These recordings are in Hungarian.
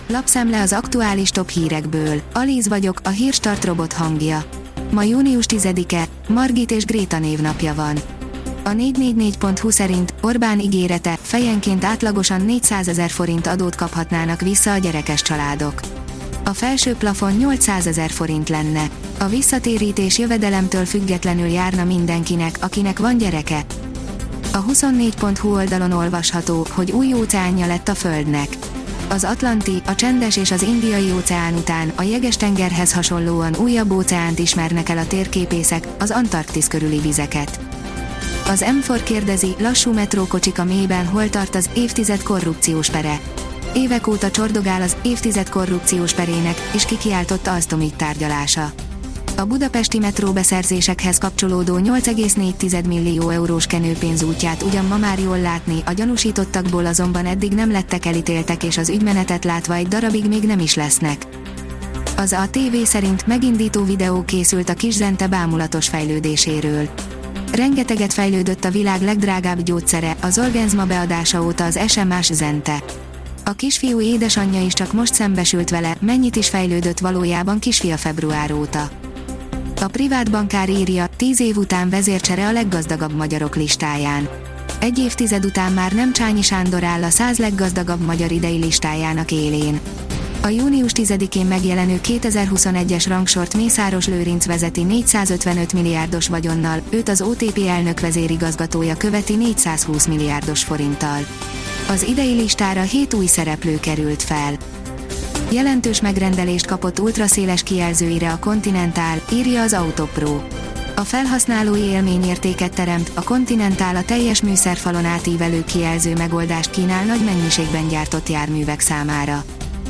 Lapszemle az aktuális top hírekből. Alíz vagyok, a Hírstart robot hangja. Ma június 10-e, Margit és Gréta névnapja van. A 444.hu szerint Orbán ígérete, fejenként átlagosan 400 000 forint adót kaphatnának vissza a gyerekes családok. A felső plafon 800 000 forint lenne. A visszatérítés jövedelemtől függetlenül járna mindenkinek, akinek van gyereke. A 24.hu oldalon olvasható, hogy új óceánja lett a Földnek. Az Atlanti, a Csendes és az Indiai óceán után a Jeges-tengerhez hasonlóan újabb óceánt ismernek el a térképészek, az Antarktisz körüli vizeket. Az M4 kérdezi, lassú metrókocsik a mélyben, hol tart az évtized korrupciós pere. Évek óta csordogál az évtized korrupciós perének, és kikiáltotta Alstom ügy tárgyalása. A budapesti metróbeszerzésekhez kapcsolódó 8,4 millió eurós kenőpénz útját ugyan ma már jól látni, a gyanúsítottakból azonban eddig nem lettek elítéltek, és az ügymenetet látva egy darabig még nem is lesznek. Az ATV szerint megindító videó készült a Kis-Zente bámulatos fejlődéséről. Rengeteget fejlődött a világ legdrágább gyógyszere, az Zolgensma beadása óta az SMS Zente. A kisfiú édesanyja is csak most szembesült vele, mennyit is fejlődött valójában kisfia február óta. A privát bankár írja, 10 év után vezércsere a leggazdagabb magyarok listáján. Egy évtized után már nem Csányi Sándor áll a 100 leggazdagabb magyar idei listájának élén. A június 10-én megjelenő 2021-es rangsort Mészáros Lőrinc vezeti 455 milliárdos vagyonnal, őt az OTP elnök vezérigazgatója követi 420 milliárdos forinttal. Az idei listára 7 új szereplő került fel. Jelentős megrendelést kapott ultraszéles kijelzőire a Continental, írja az Autopro. A felhasználói élményértéket teremt, a Continental a teljes műszerfalon átívelő kijelző megoldást kínál nagy mennyiségben gyártott járművek számára.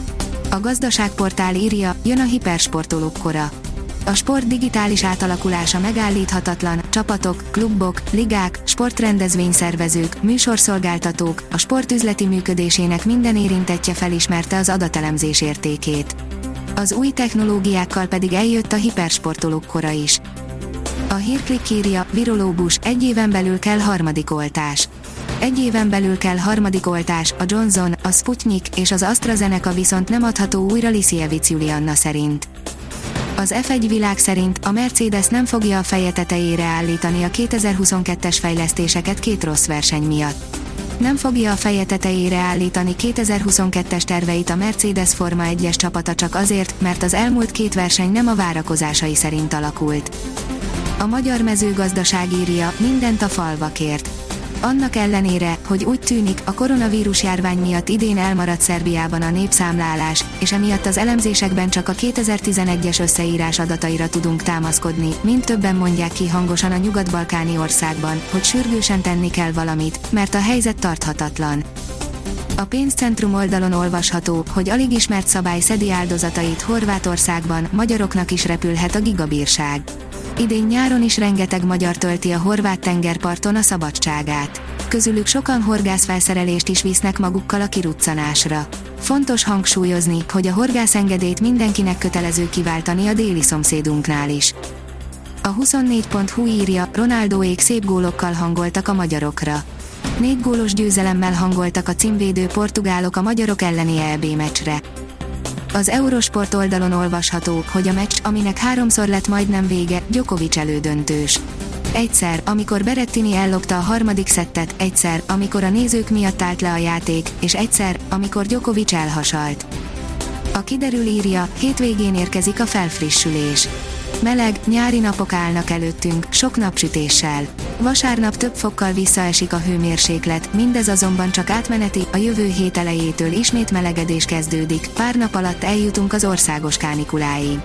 A gazdaságportál írja, jön a hipersportolók kora. A sport digitális átalakulása megállíthatatlan, csapatok, klubok, ligák, sportrendezvényszervezők, műsorszolgáltatók, a sport üzleti működésének minden érintettje felismerte az adatelemzés értékét. Az új technológiákkal pedig eljött a hipersportolók kora is. A Hírklik írja, virológus, 1 éven belül kell harmadik oltás. 1 éven belül kell harmadik oltás, a Johnson, a Sputnik és az AstraZeneca viszont nem adható újra Lisziewicz Julianna szerint. Az F1 világ szerint a Mercedes nem fogja a feje tetejére állítani a 2022-es fejlesztéseket 2 rossz verseny miatt. Nem fogja a feje tetejére állítani 2022-es terveit a Mercedes Forma 1-es csapata csak azért, mert az elmúlt 2 verseny nem a várakozásai szerint alakult. A magyar mezőgazdaság írja, mindent a falvakért. Annak ellenére, hogy úgy tűnik, a koronavírus járvány miatt idén elmaradt Szerbiában a népszámlálás, és emiatt az elemzésekben csak a 2011-es összeírás adataira tudunk támaszkodni, mind többen mondják ki hangosan a nyugat-balkáni országban, hogy sürgősen tenni kell valamit, mert a helyzet tarthatatlan. A pénzcentrum oldalon olvasható, hogy alig ismert szabály szedi áldozatait Horvátországban, magyaroknak is repülhet a gigabírság. Idén nyáron is rengeteg magyar tölti a horvát tengerparton a szabadságát. Közülük sokan horgászfelszerelést is visznek magukkal a kiruccanásra. Fontos hangsúlyozni, hogy a horgászengedélyt mindenkinek kötelező kiváltani a déli szomszédunknál is. A 24.hu írja, Ronaldóék szép gólokkal hangoltak a magyarokra. 4 gólos győzelemmel hangoltak a címvédő portugálok a magyarok elleni EB meccsre. Az Eurosport oldalon olvasható, hogy a meccs, aminek 3-szor lett majdnem vége, Djokovic elődöntős. Egyszer, amikor Berrettini ellopta a harmadik szettet, egyszer, amikor a nézők miatt állt le a játék, és egyszer, amikor Djokovic elhasalt. A Kiderül írja, hétvégén érkezik a felfrissülés. Meleg, nyári napok állnak előttünk, sok napsütéssel. Vasárnap több fokkal visszaesik a hőmérséklet, mindez azonban csak átmeneti, a jövő hét elejétől ismét melegedés kezdődik, pár nap alatt eljutunk az országos kánikuláig.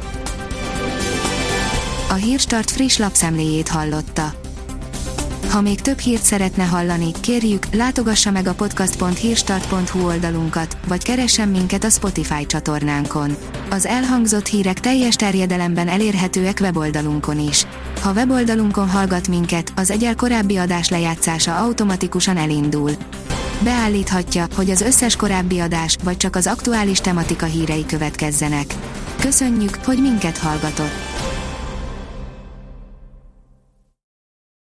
A Hírstart friss lapszemléjét hallotta. Ha még több hírt szeretne hallani, kérjük, látogassa meg a podcast.hírstart.hu oldalunkat, vagy keressen minket a Spotify csatornánkon. Az elhangzott hírek teljes terjedelemben elérhetőek weboldalunkon is. Ha weboldalunkon hallgat minket, az egyel korábbi adás lejátszása automatikusan elindul. Beállíthatja, hogy az összes korábbi adás, vagy csak az aktuális tematika hírei következzenek. Köszönjük, hogy minket hallgatott!